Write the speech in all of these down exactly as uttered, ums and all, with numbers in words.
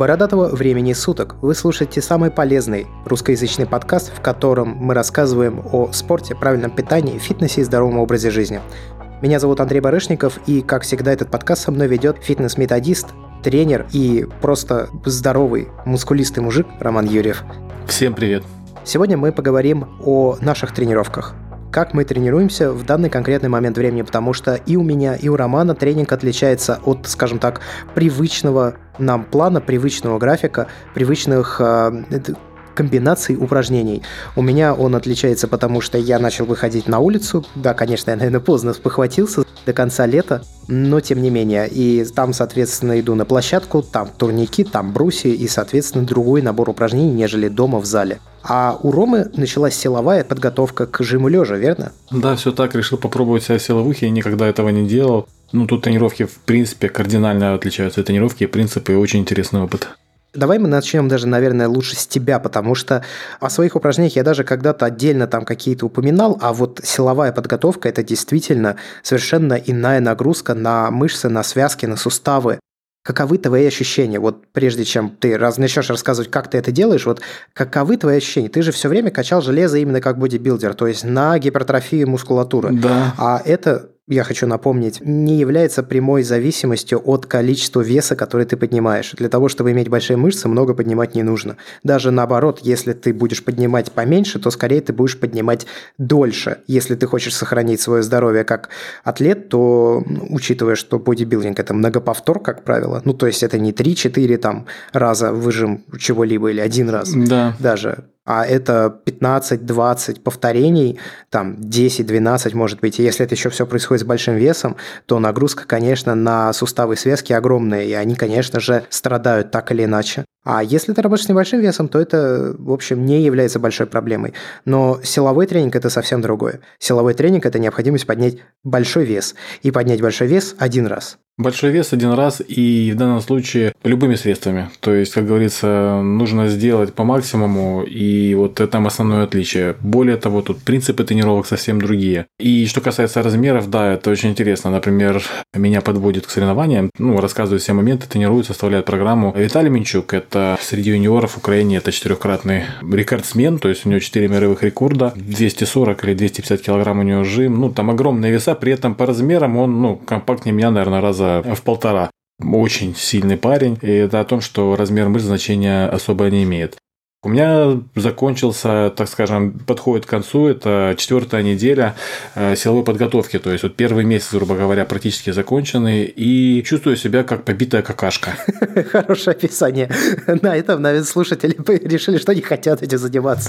Бородатого времени суток. Вы слушаете самый полезный русскоязычный подкаст, в котором мы рассказываем о спорте, правильном питании, фитнесе и здоровом образе жизни. Меня зовут Андрей Барышников, и, как всегда, этот подкаст со мной ведет фитнес-методист, тренер и просто здоровый, мускулистый мужик Роман Юрьев. Всем привет! Сегодня мы поговорим о наших тренировках. Как мы тренируемся в данный конкретный момент времени, потому что и у меня, и у Романа тренинг отличается от, скажем так, привычного нам плана, привычного графика, привычных э, комбинаций упражнений. У меня он отличается, потому что я начал выходить на улицу. Да, конечно, я, наверное, поздно спохватился до конца лета, но тем не менее. И там, соответственно, иду на площадку, там турники, там бруси и, соответственно, другой набор упражнений, нежели дома в зале. А у Ромы началась силовая подготовка к жиму лежа, верно? Да, все так. Решил попробовать себя в силовых. Я никогда этого не делал. Ну, тут тренировки, в принципе, кардинально отличаются от тренировки и принципы. Очень интересный опыт. Давай мы начнем даже, наверное, лучше с тебя, потому что о своих упражнениях я даже когда-то отдельно там какие-то упоминал, а вот силовая подготовка – это действительно совершенно иная нагрузка на мышцы, на связки, на суставы. Каковы твои ощущения? Вот прежде чем ты раз начнешь рассказывать, как ты это делаешь, вот каковы твои ощущения? Ты же все время качал железо именно как бодибилдер, то есть на гипертрофию мускулатуры. Да. А это, я хочу напомнить, не является прямой зависимостью от количества веса, который ты поднимаешь. Для того, чтобы иметь большие мышцы, много поднимать не нужно. Даже наоборот, если ты будешь поднимать поменьше, то скорее ты будешь поднимать дольше. Если ты хочешь сохранить свое здоровье как атлет, то, учитывая, что бодибилдинг – это многоповтор, как правило, ну, то есть это не три-четыре там раза выжим чего-либо или один раз да. даже, а это пятнадцать-двадцать повторений, там десять-двенадцать может быть. И если это еще все происходит с большим весом, то нагрузка, конечно, на суставы и связки огромная, и они, конечно же, страдают так или иначе. А если ты работаешь с небольшим весом, то это, в общем, не является большой проблемой. Но силовой тренинг – это совсем другое. Силовой тренинг – это необходимость поднять большой вес. И поднять большой вес один раз. Большой вес один раз и в данном случае любыми средствами. То есть, как говорится, нужно сделать по максимуму, и вот это основное отличие. Более того, тут принципы тренировок совсем другие. И что касается размеров, да, это очень интересно. Например, меня подводит к соревнованиям, ну, рассказывает все моменты, тренирует, составляет программу. Виталий Минчук – это среди юниоров в Украине, это четырехкратный рекордсмен, то есть у него четыре мировых рекорда, двести сорок или двести пятьдесят килограмм у него жим. Ну, там огромные веса, при этом по размерам он, ну, компактнее меня, наверное, раза в полтора. Очень сильный парень. И это о том, что размер мышц значения особо не имеет. У меня закончился, так скажем, подходит к концу, это четвертая неделя силовой подготовки. То есть, вот первый месяц, грубо говоря, практически законченный. И чувствую себя как побитая какашка. Хорошее описание. На этом, наверное, слушатели решили, что не хотят этим заниматься.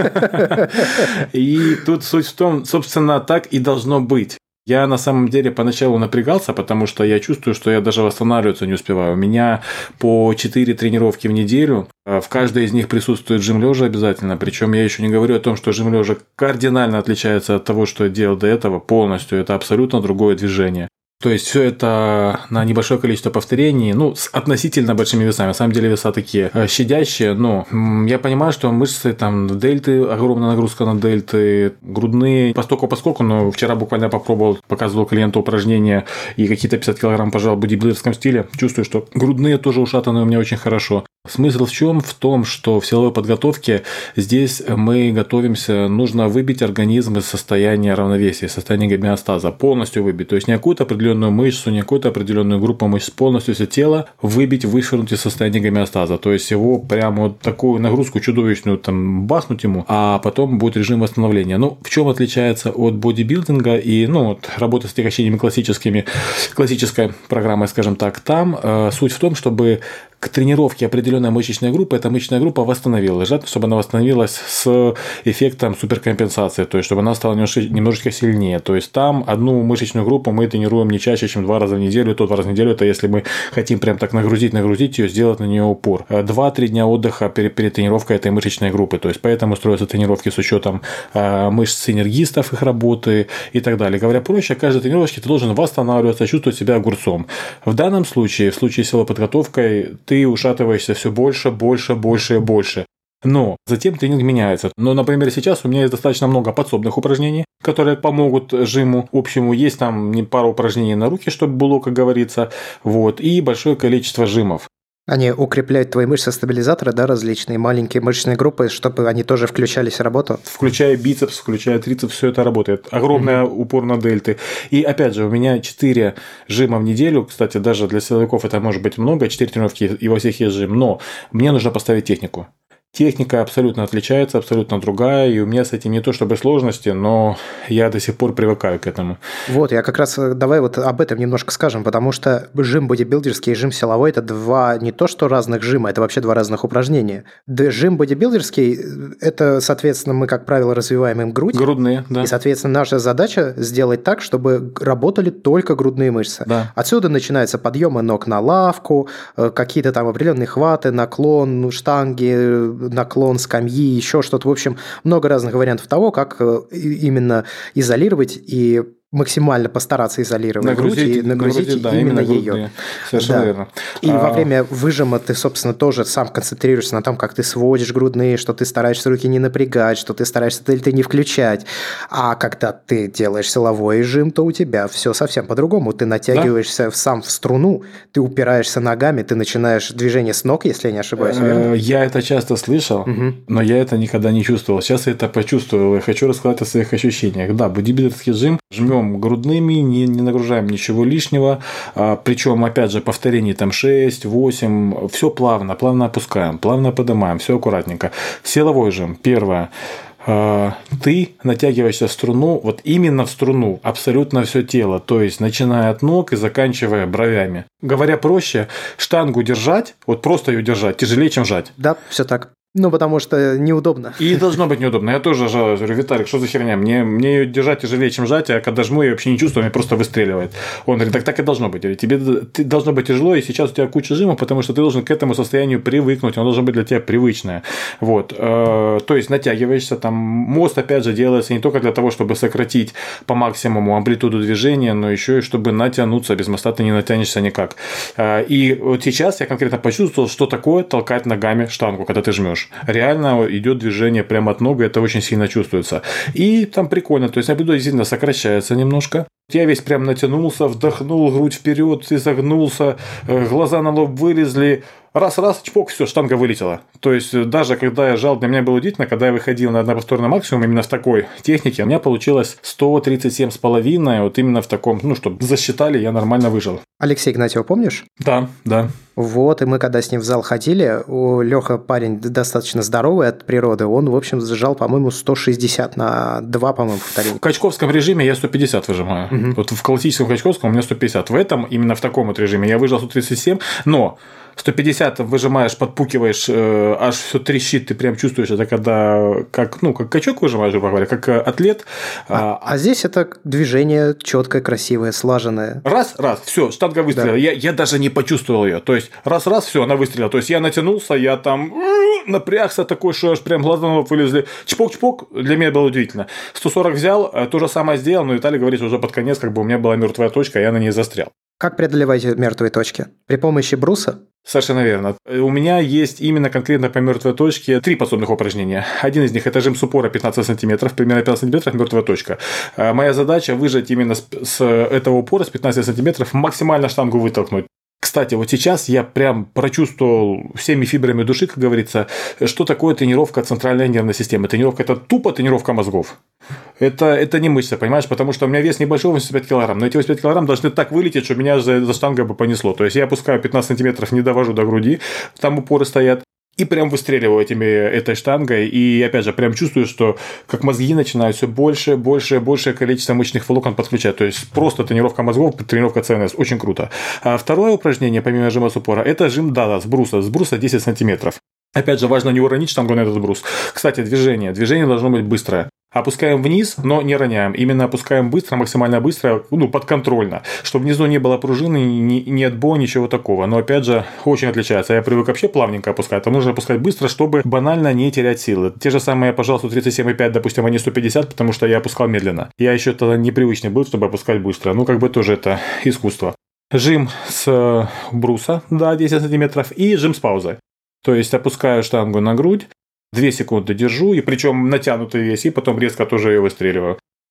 И тут суть в том, собственно, так и должно быть. Я на самом деле поначалу напрягался, потому что я чувствую, что я даже восстанавливаться не успеваю. У меня по четыре тренировки в неделю, в каждой из них присутствует жим лежа обязательно. Причем я еще не говорю о том, что жим лежа кардинально отличается от того, что я делал до этого полностью. Это абсолютно другое движение. То есть, все это на небольшое количество повторений, ну, с относительно большими весами. На самом деле, веса такие щадящие, но я понимаю, что мышцы, там, дельты, огромная нагрузка на дельты, грудные, постольку поскольку, но вчера буквально попробовал, показывал клиенту упражнения и какие-то пятьдесят килограмм пожал в бодибилдерском стиле. Чувствую, что грудные тоже ушатаны у меня очень хорошо. Смысл в чем? В том, что в силовой подготовке здесь мы готовимся, нужно выбить организм из состояния равновесия, из состояния гомеостаза, полностью выбить. То есть, не какую-то определенную мышцу, не какую-то определенную группу мышц, полностью все тело выбить, вышвырнуть из состояния гомеостаза. То есть, его прямо вот такую нагрузку чудовищную там бахнуть ему, а потом будет режим восстановления. Ну, в чем отличается от бодибилдинга и, ну, вот, работы с отягощениями классическими, классической программой, скажем так, там э, суть в том, чтобы к тренировке определенной мышечной группы эта мышечная группа восстановилась, желательно, чтобы она восстановилась с эффектом суперкомпенсации, то есть, чтобы она стала немножечко сильнее. То есть, там одну мышечную группу мы тренируем не чаще, чем два раза в неделю, то два раза в неделю, это если мы хотим прям так нагрузить, нагрузить ее, сделать на нее упор. два-три дня отдыха перед, перед тренировкой этой мышечной группы, то есть, поэтому строятся тренировки с учетом э, мышц синергистов, их работы и так далее. Говоря проще, каждой тренировочке ты должен восстанавливаться, чувствовать себя огурцом. В данном случае, в случае с силовой подготовкой, ты ты ушатываешься все больше, больше, больше и больше. Но затем тренинг меняется. Но, например, сейчас у меня есть достаточно много подсобных упражнений, которые помогут жиму общему. Есть там пару упражнений на руки, чтобы было, как говорится. Вот, и большое количество жимов. Они укрепляют твои мышцы-стабилизаторы, да, различные маленькие мышечные группы, чтобы они тоже включались в работу? Включая бицепс, включая трицепс, все это работает. Огромный mm-hmm. упор на дельты. И опять же, у меня четыре жима в неделю. Кстати, даже для силовиков это может быть много, четыре тренировки, и во всех есть жим. Но мне нужно поставить технику. Техника абсолютно отличается, абсолютно другая, и у меня с этим не то чтобы сложности, но я до сих пор привыкаю к этому. Вот, я как раз, давай вот об этом немножко скажем, потому что жим бодибилдерский и жим силовой – это два не то что разных жима, это вообще два разных упражнения. Жим бодибилдерский – это, соответственно, мы, как правило, развиваем им грудь. Грудные, да. И, соответственно, наша задача сделать так, чтобы работали только грудные мышцы. Да. Отсюда начинаются подъемы ног на лавку, какие-то там определенные хваты, наклон, штанги, наклон скамьи, еще что-то. В общем, много разных вариантов того, как именно изолировать и максимально постараться изолировать нагрузить, грудь и нагрузить нагрузить, да, именно, именно ее. Совершенно да. верно. И а... во время выжима ты, собственно, тоже сам концентрируешься на том, как ты сводишь грудные, что ты стараешься руки не напрягать, что ты стараешься ты, ты не включать. А когда ты делаешь силовой жим, то у тебя все совсем по-другому. Ты натягиваешься да? сам в струну, ты упираешься ногами, ты начинаешь движение с ног, если я не ошибаюсь. Верно? Я это часто слышал, угу. но я это никогда не чувствовал. Сейчас я это почувствовал и хочу рассказать о своих ощущениях. Да, бодибилдерский жим, жмем грудными, не, не нагружаем ничего лишнего, а, причем, опять же, повторений там шесть, восемь, все плавно, плавно опускаем, плавно поднимаем, все аккуратненько. Силовой жим, первое. Ты натягиваешься в струну, вот именно в струну, абсолютно все тело, то есть начиная от ног и заканчивая бровями. Говоря проще, штангу держать, вот просто ее держать, тяжелее, чем жать. Да, все так. Ну, потому что неудобно. И должно быть неудобно. Я тоже жалуюсь. Говорю, Виталик, что за херня? Мне, мне ее держать тяжелее, чем жать, а когда жму, я вообще не чувствую, меня просто выстреливает. Он говорит, так так и должно быть. Говорит, тебе ты, должно быть тяжело, и сейчас у тебя куча жимов, потому что ты должен к этому состоянию привыкнуть, оно должно быть для тебя привычное. Вот. То есть, натягиваешься, там мост, опять же, делается не только для того, чтобы сократить по максимуму амплитуду движения, но еще и чтобы натянуться. Без моста ты не натянешься никак. И вот сейчас я конкретно почувствовал, что такое толкать ногами штангу, когда ты жмешь. Реально идет движение прямо от ног, это очень сильно чувствуется. И там прикольно, то есть амплитуда действительно сокращается немножко. Я весь прям натянулся, вдохнул, грудь вперед, изогнулся, глаза на лоб вылезли. Раз-раз, чпок, все, штанга вылетела. То есть, даже когда я жал, для меня было удивительно, когда я выходил на одноповторный максимум именно в такой технике, у меня получилось сто тридцать семь с половиной, вот именно в таком, ну, чтобы засчитали, я нормально выжил. Алексей Игнатьева, помнишь? Да, да. Вот, и мы когда с ним в зал ходили, у Лёха парень достаточно здоровый от природы, он, в общем, зажал, по-моему, сто шестьдесят на два, по-моему, повторения. В качковском режиме я сто пятьдесят выжимаю. Угу. Вот в классическом качковском у меня сто пятьдесят. В этом, именно в таком вот режиме, я выжал сто тридцать семь, но сто пятьдесят выжимаешь, подпукиваешь, э, аж все трещит, ты прям чувствуешь это, когда как, ну, как качок выжимаешь, грубо говоря, как атлет. А, а, а здесь это движение четкое, красивое, слаженное. Раз, раз, все, штанга выстрелила. Да. Я, я даже не почувствовал ее. То есть, раз, раз, все, она выстрелила. То есть, я натянулся, я там напрягся такой, что аж прям глаза на лоб вылезли. Чпок-чпок, для меня было удивительно. сто сорок взял, то же самое сделал, но Виталий говорит, что уже под конец, как бы у меня была мертвая точка, я на ней застрял. Как преодолеваете мертвые точки? При помощи бруса? Совершенно верно. У меня есть именно конкретно по мертвой точке три подсобных упражнения. Один из них – это жим с упора пятнадцать сантиметров, примерно пятнадцать сантиметров мертвая точка. Моя задача – выжать именно с этого упора, с пятнадцати сантиметров, максимально штангу вытолкнуть. Кстати, вот сейчас я прям прочувствовал всеми фибрами души, как говорится, что такое тренировка центральной нервной системы. Тренировка – это тупо тренировка мозгов. Это, это не мышца, понимаешь? Потому что у меня вес небольшой, восемьдесят пять килограмм. Но эти восемьдесят пять килограмм должны так вылететь, что меня за, за штангой бы понесло. То есть, я опускаю пятнадцать сантиметров, не довожу до груди, там упоры стоят. И прям выстреливаю этими, этой штангой. И, опять же, прям чувствую, что как мозги начинают все больше, больше, большее количество мышечных волокон подключать. То есть, просто тренировка мозгов, тренировка ЦНС. Очень круто. А второе упражнение, помимо жима с упора, это жим дада с бруса. С бруса десять сантиметров. Опять же, важно не уронить штангу на этот брус. Кстати, движение. Движение должно быть быстрое. Опускаем вниз, но не роняем. Именно опускаем быстро, максимально быстро, ну, подконтрольно. Чтобы внизу не было пружины, ни, ни отбоя, ничего такого. Но, опять же, очень отличается. Я привык вообще плавненько опускать. А нужно опускать быстро, чтобы банально не терять силы. Те же самые, пожалуйста, тридцать семь и пять, допустим, а не сто пятьдесят, потому что я опускал медленно. Я еще тогда непривычный был, чтобы опускать быстро. Ну, как бы тоже это искусство. Жим с бруса, да, десять сантиметров, и жим с паузой. То есть, опускаю штангу на грудь, две секунды держу, и причем натянутый вес, и потом резко тоже ее выстреливаю.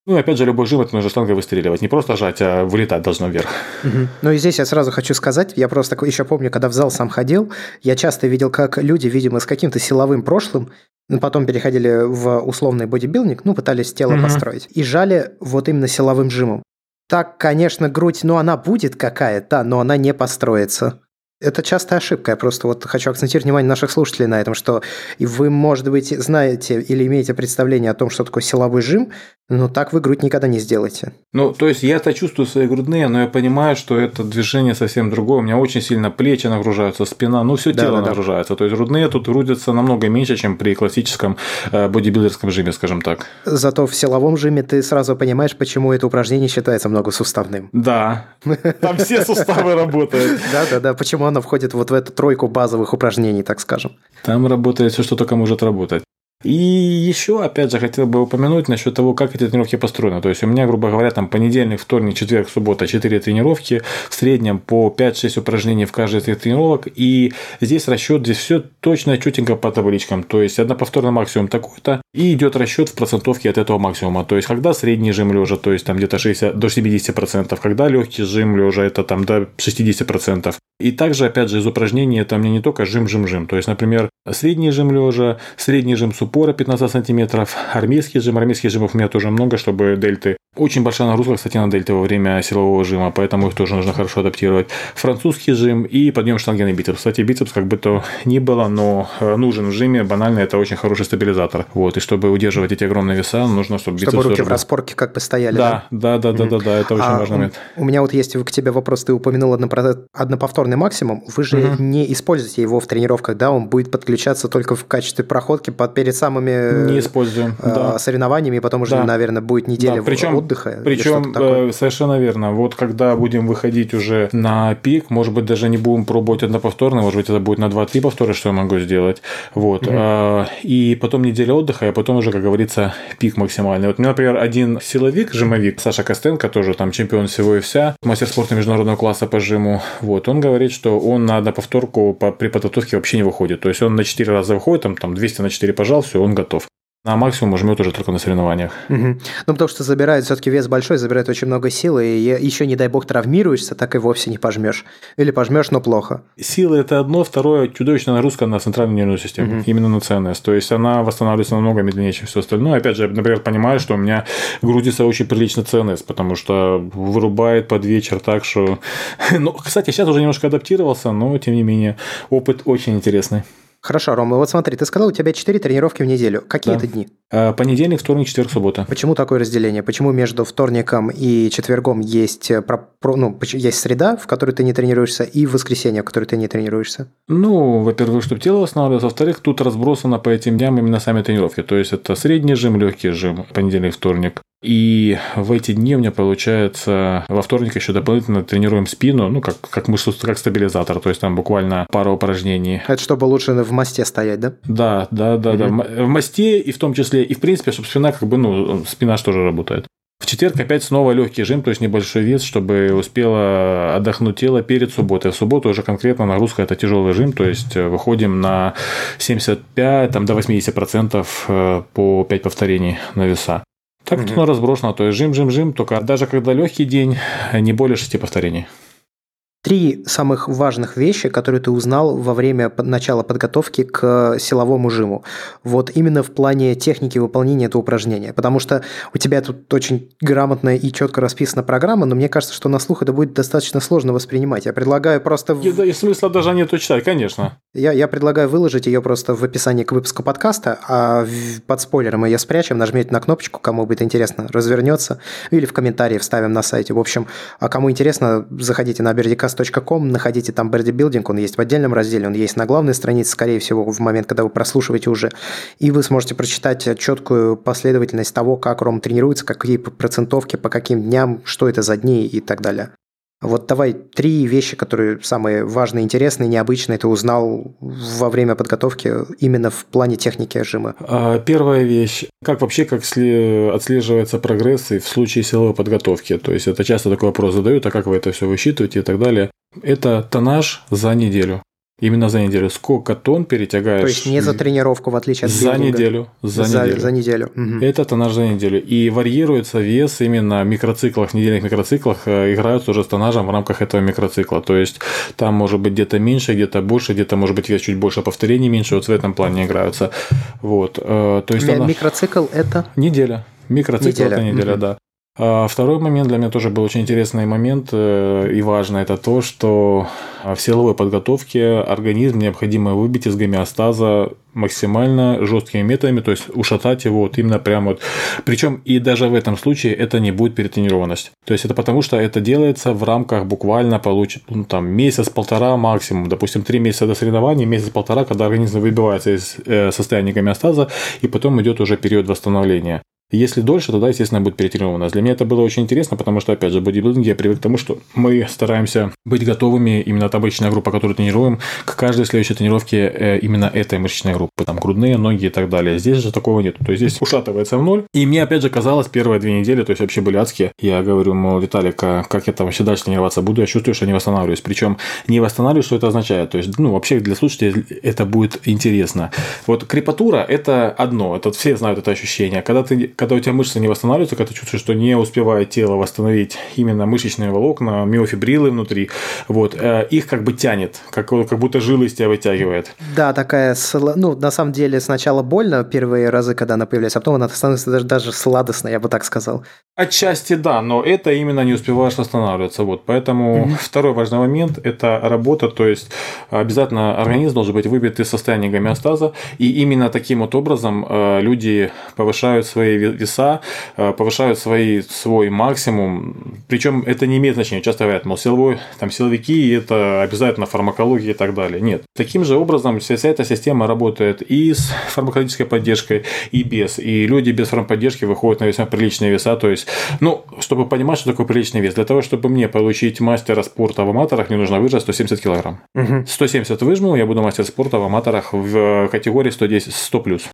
Ну и опять же, любой жим это нужно штангой выстреливать. Не просто жать, а вылетать должно вверх. Угу. Ну и здесь я сразу хочу сказать, я просто еще помню, когда в зал сам ходил, я часто видел, как люди, видимо, с каким-то силовым прошлым, потом переходили в условный бодибилдинг, ну, пытались тело угу. построить, и жали вот именно силовым жимом. Так, конечно, грудь, ну, она будет какая-то, но она не построится. Это частая ошибка. Я просто вот хочу акцентировать внимание наших слушателей на этом, что вы, может быть, знаете или имеете представление о том, что такое силовой жим, но так вы грудь никогда не сделаете. Ну, то есть я-то чувствую свои грудные, но я понимаю, что это движение совсем другое. У меня очень сильно плечи нагружаются, спина, ну, все да, тело да, нагружается. Да. То есть грудные тут грудятся намного меньше, чем при классическом бодибилдерском жиме, скажем так. Зато в силовом жиме ты сразу понимаешь, почему это упражнение считается многосуставным. Да, там все суставы работают. Да-да-да, почему оно входит вот в эту тройку базовых упражнений, так скажем. Там работает все, что только может работать. И еще, опять же, хотел бы упомянуть насчет того, как эти тренировки построены. То есть у меня, грубо говоря, там понедельник, вторник, четверг, суббота, четыре тренировки, в среднем по пять-шесть упражнений в каждой из этих тренировок. И здесь расчет, здесь все точно, четенько по табличкам. То есть одноповторный максимум такой-то, и идет расчет в процентовке от этого максимума. То есть когда средний жим лежа, то есть там где-то шестьдесят до семидесяти процентов, когда легкий жим лежа, это там до шестидесяти процентов. И также, опять же, из упражнений это мне не только жим-жим-жим. То есть, например, средний жим лежа, средний жим с упора пятнадцать сантиметров, армейский жим. Армейских жимов у меня тоже много, чтобы дельты. Очень большая нагрузка, кстати, на дельты во время силового жима, поэтому их тоже нужно хорошо адаптировать. Французский жим и подъем штанги на бицепс. Кстати, бицепс как бы то ни было, но нужен в жиме. Банально, это очень хороший стабилизатор. Вот. И чтобы удерживать эти огромные веса, нужно, чтобы бицепс... Чтобы руки тоже в распорке как бы стояли. Да, да, да, да, да, да, да, это очень а важный момент. У меня вот есть к тебе вопрос. Ты упомянул одноповторный максимум. Вы же угу. не используете его в тренировках, да? Он будет подключаться только в качестве проходки под, перед самыми не используем, э, да. соревнованиями, и потом уже, да. наверное, будет неделя да. Причем, отдыха. Причем совершенно верно. Вот когда будем выходить уже на пик, может быть, даже не будем пробовать одноповторный, может быть, это будет на два-три повтора, что я могу сделать. Вот. Угу. А, и потом неделя отдыха, и потом уже, как говорится, пик максимальный. Вот, например, один силовик, жимовик, Саша Костенко, тоже там чемпион всего и вся, мастер спорта международного класса по жиму, вот, он говорит, что он на одноповторку по, при подготовке вообще не выходит. То есть он на четыре раза выходит, там, там двести на четыре пожал, все, он готов. На максимум жмет уже только на соревнованиях. Угу. Ну, потому что забирает все-таки вес большой, забирает очень много силы, и еще, не дай бог, травмируешься, так и вовсе не пожмешь. Или пожмешь, но плохо. Сила – это одно, второе – чудовищная нагрузка на центральную нервную систему, угу. именно на си эн эс. То есть она восстанавливается намного медленнее, чем все остальное. Опять же, например, понимаю, что у меня грудится очень прилично си эн эс, потому что вырубает под вечер так, что… Ну, кстати, сейчас уже немножко адаптировался, но, тем не менее, опыт очень интересный. Хорошо, Рома, вот смотри, ты сказал, у тебя четыре тренировки в неделю. Какие да. это дни? Понедельник, вторник, четверг, суббота. Почему такое разделение? Почему между вторником и четвергом есть, ну, есть среда, в которой ты не тренируешься, и воскресенье, в которой ты не тренируешься? Ну, во-первых, чтобы тело восстанавливалось, во-вторых, тут разбросано по этим дням именно сами тренировки. То есть это средний жим, легкий жим, понедельник, вторник. И в эти дни у меня получается, во вторник еще дополнительно тренируем спину, ну, как, как мышцу, как стабилизатор, то есть там буквально пара упражнений. Это чтобы лучше в мосте стоять, да? Да, да, да, mm-hmm. да. В мосте и в том числе, и в принципе, чтобы спина, как бы, ну, спина же тоже работает. В четверг опять снова легкий жим, то есть небольшой вес, чтобы успело отдохнуть тело перед субботой. В субботу уже конкретно нагрузка – это тяжелый жим, то есть выходим на семьдесят пять там, до восемьдесят процентов по пять повторений на веса. Так mm-hmm. оно разбросано, то есть жим-жим-жим, только даже когда легкий день, не более шести повторений. Три самых важных вещи, которые ты узнал во время начала подготовки к силовому жиму. Вот именно в плане техники выполнения этого упражнения. Потому что у тебя тут очень грамотная и четко расписана программа, но мне кажется, что на слух это будет достаточно сложно воспринимать. Я предлагаю просто... И, да, и смысла даже нету читать, конечно. Я, я предлагаю выложить ее просто в описании к выпуску подкаста, а под спойлером мы ее спрячем, нажмете на кнопочку, кому будет интересно, развернется, или в комментарии вставим на сайте. В общем, а кому интересно, заходите на бердикаст точка ком, находите там бодибилдинг, он есть в отдельном разделе, он есть на главной странице, скорее всего, в момент, когда вы прослушиваете уже, и вы сможете прочитать четкую последовательность того, как Ром тренируется, какие процентовки, по каким дням, что это за дни и так далее. Вот давай три вещи, которые самые важные, интересные, необычные, ты узнал во время подготовки именно в плане техники жима. Первая вещь. Как вообще как отслеживается прогресс в случае силовой подготовки? То есть это часто такой вопрос задают, а как вы это все высчитываете и так далее. Это тоннаж за неделю. Именно за неделю. Сколько тонн перетягаешь? То есть не за тренировку, в отличие от За билдинга. неделю. За, за неделю. За неделю. Угу. Это тоннаж за неделю. И варьируется вес именно в микроциклах, в недельных микроциклах, играются уже с тоннажем в рамках этого микроцикла. То есть там может быть где-то меньше, где-то больше, где-то может быть чуть больше повторений, меньше. Вот в этом плане играются. Вот. То есть Ми- она... Микроцикл это? Неделя. Микроцикл неделя. это неделя, угу. да. А второй момент для меня тоже был очень интересный момент и важный, это то, что в силовой подготовке организм необходимо выбить из гомеостаза максимально жесткими методами, то есть ушатать его вот именно прямо вот. Причем и даже в этом случае это не будет перетренированность. То есть это потому, что это делается в рамках буквально получит, ну, там, месяц-полтора максимум, допустим, три месяца до соревнований, месяц-полтора, когда организм выбивается из состояния гомеостаза, и потом идет уже период восстановления. Если дольше, тогда, естественно, будет перетренированность. Для меня это было очень интересно, потому что, опять же, в бодибилдинге я привык к тому, что мы стараемся быть готовыми, именно та мышечная группа, которую тренируем, к каждой следующей тренировке именно этой мышечной группы. Там грудные, ноги и так далее. Здесь же такого нет. То есть здесь ушатывается в ноль. И мне, опять же, казалось, первые две недели, то есть вообще были адские. Я говорю, мол, Виталик, как я там вообще дальше тренироваться буду? Я чувствую, что не восстанавливаюсь. Причем не восстанавливаюсь, что это означает? То есть, ну, вообще для слушателей это будет интересно. Вот крепатура – это одно. Это все знают это ощущение. Когда ты Когда у тебя мышцы не восстанавливаются, когда ты чувствуешь, что не успевает тело восстановить именно мышечные волокна, миофибрилы внутри, вот, их как бы тянет, как, как будто жилы из тебя вытягивает. Да, такая, ну, на самом деле сначала больно первые разы, когда она появляется, а потом она становится даже, даже сладостной, я бы так сказал. Отчасти да, но это именно не успеваешь восстанавливаться. Вот. Поэтому mm-hmm. второй важный момент – это работа, то есть обязательно организм должен быть выбит из состояния гомеостаза, и именно таким вот образом люди повышают свои веса, повышают свои, свой максимум. Причем это не имеет значения. Часто говорят, мол, силовой, там, силовики – это обязательно фармакология и так далее. Нет. Таким же образом вся, вся эта система работает и с фармакологической поддержкой, и без. И люди без фармподдержки выходят на весьма приличные веса. То есть, ну, чтобы понимать, что такое приличный вес. Для того, чтобы мне получить мастера спорта в аматорах, мне нужно выжать сто семьдесят килограмм. Угу. сто семьдесят выжму, я буду мастер спорта в аматорах в категории сто десять, сто плюс.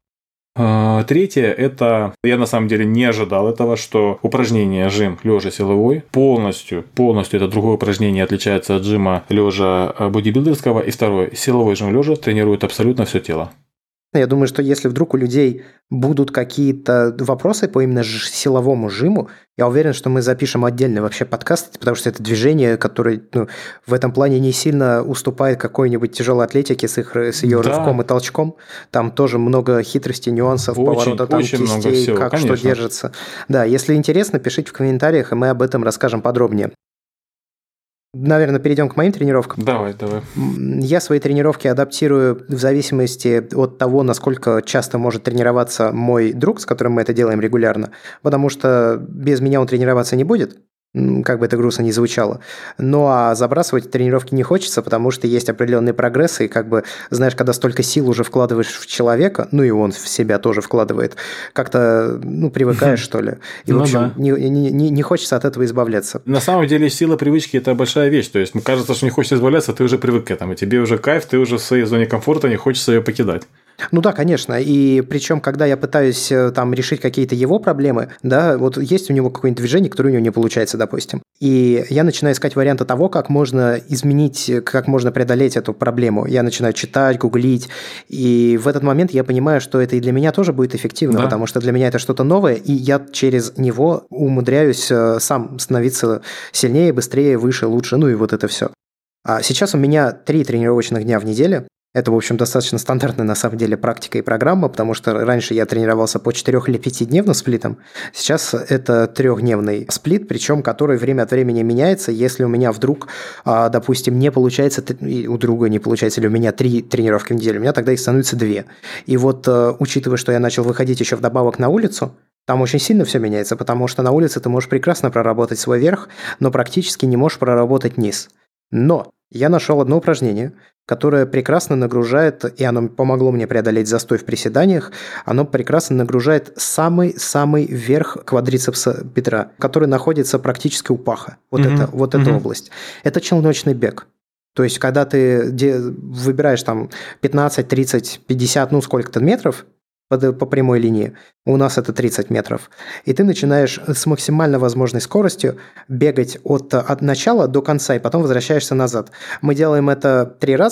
Третье – это, я на самом деле не ожидал этого, что упражнение жим лежа силовой полностью, полностью это другое упражнение отличается от жима лежа бодибилдерского. И второе, силовой жим лежа тренирует абсолютно все тело. Я думаю, что если вдруг у людей будут какие-то вопросы по именно силовому жиму, я уверен, что мы запишем отдельный вообще подкаст, потому что это движение, которое, ну, в этом плане не сильно уступает какой-нибудь тяжелой атлетике с, их, с ее да. рывком и толчком. Там тоже много хитростей, нюансов, очень, поворота там, очень кистей, всего, как конечно. Что держится. Да, если интересно, пишите в комментариях, и мы об этом расскажем подробнее. Наверное, перейдем к моим тренировкам. Давай, давай. Я свои тренировки адаптирую в зависимости от того, насколько часто может тренироваться мой друг, с которым мы это делаем регулярно, потому что без меня он тренироваться не будет, как бы это грустно ни звучало. Ну, а забрасывать тренировки не хочется, потому что есть определенные прогрессы, и как бы, знаешь, когда столько сил уже вкладываешь в человека, ну, и он в себя тоже вкладывает, как-то, ну, привыкаешь, что ли. И, в общем, не, не, не хочется от этого избавляться. На самом деле, сила привычки – это большая вещь. То есть, кажется, что не хочется избавляться, ты уже привык к этому, и тебе уже кайф, ты уже в своей зоне комфорта, не хочется ее покидать. Ну да, конечно. И причем, когда я пытаюсь там решить какие-то его проблемы, да, вот есть у него какое-нибудь движение, которое у него не получается, допустим. И я начинаю искать варианты того, как можно изменить, как можно преодолеть эту проблему. Я начинаю читать, гуглить. И в этот момент я понимаю, что это и для меня тоже будет эффективно, да. Потому что для меня это что-то новое, и я через него умудряюсь сам становиться сильнее, быстрее, выше, лучше, ну и вот это все. А сейчас у меня три тренировочных дня в неделю. Это, в общем, достаточно стандартная, на самом деле, практика и программа, потому что раньше я тренировался по четырех- или пятидневным сплитам. Сейчас это трехдневный сплит, причем который время от времени меняется. Если у меня вдруг, допустим, не получается, у друга не получается, или у меня три тренировки в неделю, у меня тогда их становится две. И вот, учитывая, что я начал выходить еще вдобавок на улицу, там очень сильно все меняется, потому что на улице ты можешь прекрасно проработать свой верх, но практически не можешь проработать низ. Но я нашел одно упражнение, которое прекрасно нагружает, и оно помогло мне преодолеть застой в приседаниях, оно прекрасно нагружает самый-самый верх квадрицепса бедра, который находится практически у паха. Вот, mm-hmm. это, вот mm-hmm. эта область. Это челночный бег. То есть, когда ты выбираешь там пятнадцать, тридцать, пятьдесят, ну сколько-то метров, по прямой линии, у нас это тридцать метров, и ты начинаешь с максимально возможной скоростью бегать от, от начала до конца, и потом возвращаешься назад. Мы делаем это три раза,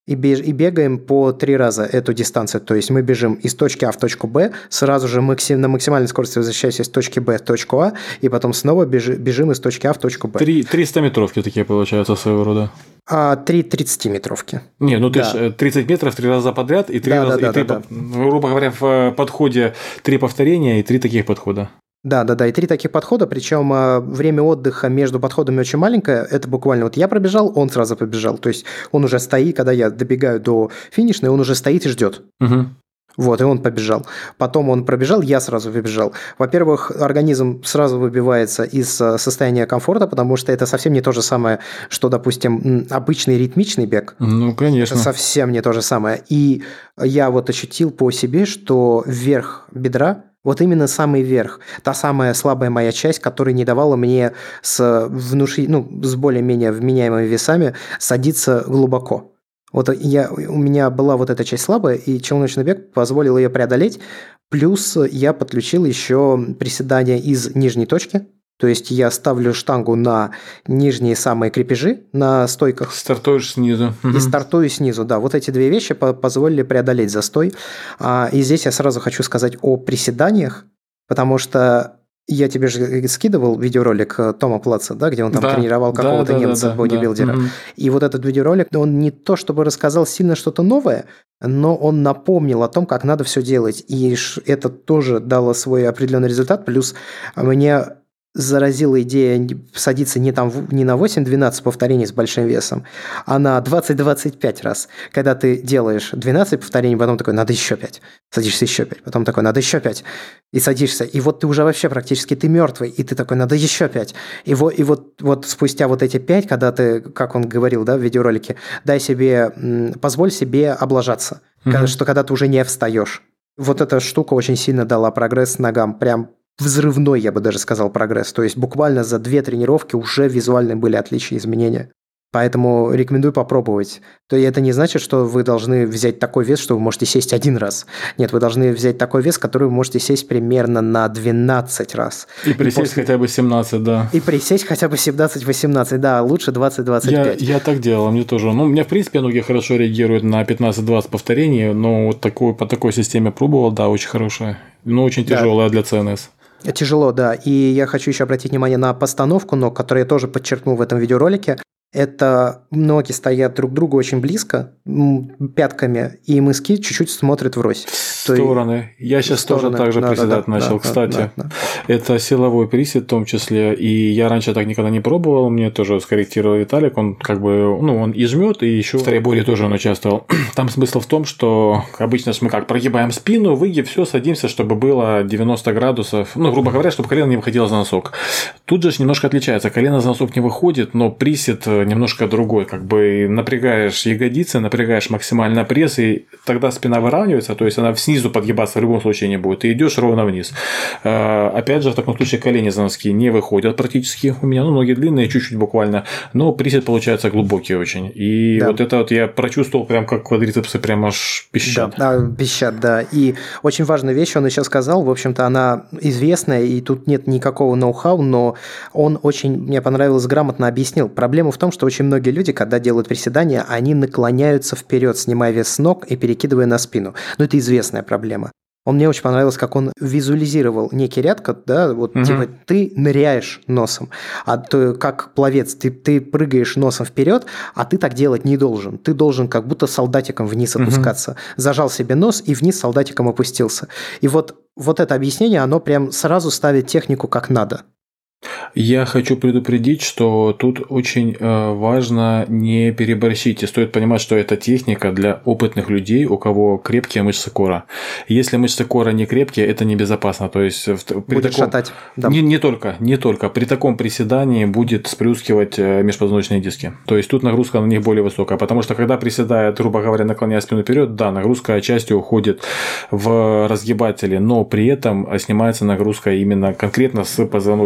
и бегаем по три раза эту дистанцию. То есть мы бежим из точки А в точку Б, сразу же на максимальной скорости возвращаемся из точки Б в точку А, и потом снова бежим из точки А в точку Б. Три триста-метровки такие получаются своего рода. А, три тридцатиметровки. Не, ну ты да. же тридцать метров три раза подряд, и три да, раза, да, и три, да, да. грубо говоря, в подходе три повторения и три таких подхода. Да, да, да, и три таких подхода, причем э, время отдыха между подходами очень маленькое, это буквально вот я пробежал, он сразу побежал, то есть он уже стоит, когда я добегаю до финишной, он уже стоит и ждет. Угу. Вот, и он побежал. Потом он пробежал, я сразу побежал. Во-первых, организм сразу выбивается из состояния комфорта, потому что это совсем не то же самое, что, допустим, обычный ритмичный бег. Ну, конечно. Это совсем не то же самое. И я вот ощутил по себе, что верх бедра, вот именно самый верх, та самая слабая моя часть, которая не давала мне с, внуши... ну, с более-менее вменяемыми весами садиться глубоко. Вот я, у меня была вот эта часть слабая, и челночный бег позволил ее преодолеть. Плюс я подключил еще приседания из нижней точки. То есть я ставлю штангу на нижние самые крепежи на стойках. Стартуешь снизу. И стартую снизу, да. Вот эти две вещи позволили преодолеть застой. И здесь я сразу хочу сказать о приседаниях, потому что я тебе же скидывал видеоролик Тома Плаца, да, где он там да, тренировал какого-то да, немца, да, бодибилдера. Да. И вот этот видеоролик, он не то чтобы рассказал сильно что-то новое, но он напомнил о том, как надо все делать. И это тоже дало свой определенный результат. Плюс мне заразила идея садиться не, там, не на восемь-двенадцать повторений с большим весом, а на двадцать-двадцать пять раз. Когда ты делаешь двенадцать повторений, потом такой, надо еще пять. Садишься еще пять. Потом такой, надо еще пять. И садишься. И вот ты уже вообще практически ты мертвый. И ты такой, надо еще пять. И вот, и вот, вот спустя вот эти пять, когда ты, как он говорил, да, в видеоролике, дай себе, позволь себе облажаться. Mm-hmm. Что когда ты уже не встаешь. Вот эта штука очень сильно дала прогресс ногам. Прям взрывной, я бы даже сказал, прогресс. То есть буквально за две тренировки уже визуально были отличия, изменения. Поэтому рекомендую попробовать. То есть это не значит, что вы должны взять такой вес, что вы можете сесть один раз. Нет, вы должны взять такой вес, который вы можете сесть примерно на двенадцать раз. И присесть и после... хотя бы семнадцать, да. И присесть хотя бы семнадцать-восемнадцать, да, лучше двадцать-двадцать пять. Я, я так делал, мне тоже. Ну, у меня, в принципе, ноги хорошо реагируют на пятнадцать-двадцать повторений, но вот такую, по такой системе пробовал, да, очень хорошая. Но очень тяжелая да. для ЦНС. Тяжело, да. И я хочу еще обратить внимание на постановку ног, которую я тоже подчеркнул в этом видеоролике. Это ноги стоят друг к другу очень близко, пятками, и мыски чуть-чуть смотрят врозь. В стороны. Я сейчас тоже так же да, приседать да, начал. Да, Кстати, да, да, да. это силовой присед в том числе, и я раньше так никогда не пробовал, мне тоже скорректировал Виталик, он как бы, ну, он и жмет, и еще в триборе тоже он участвовал. Там смысл в том, что обычно мы как прогибаем спину, выгиб, все, садимся, чтобы было девяносто градусов, ну, грубо говоря, чтобы колено не выходило за носок. Тут же немножко отличается, колено за носок не выходит, но присед немножко другой, как бы напрягаешь ягодицы, напрягаешь максимально пресс, и тогда спина выравнивается, то есть она снизу подгибаться в любом случае не будет, и идешь ровно вниз. Опять же, в таком случае колени за носки не выходят практически у меня, ну, ноги длинные, чуть-чуть буквально, но присед получается глубокий очень. И да. вот это вот я прочувствовал прям как квадрицепсы прям аж пищат. Да, да, пищат, да. И очень важная вещь он еще сказал, в общем-то, она известная, и тут нет никакого ноу-хау, но он очень, мне понравилось, грамотно объяснил. Проблема в том, что очень многие люди, когда делают приседания, они наклоняются вперед, снимая вес с ног и перекидывая на спину. Но это известная проблема. Он мне очень понравилось, как он визуализировал некий ряд, да, вот угу. типа ты ныряешь носом, а ты, как пловец, ты, ты прыгаешь носом вперед, а ты так делать не должен. Ты должен как будто солдатиком вниз опускаться. Угу. Зажал себе нос и вниз солдатиком опустился. И вот, вот это объяснение, оно прям сразу ставит технику как надо. Я хочу предупредить, что тут очень важно не переборщить. И стоит понимать, что это техника для опытных людей, у кого крепкие мышцы кора. Если мышцы кора не крепкие, это небезопасно. То есть при будет таком... шатать. Да. Не, не только, не только. При таком приседании будет сплюскивать межпозвоночные диски. То есть тут нагрузка на них более высокая. Потому что когда приседает, грубо говоря, наклоняя спину вперед, да, нагрузка отчасти уходит в разгибатели, но при этом снимается нагрузка именно конкретно с позвоночника. То есть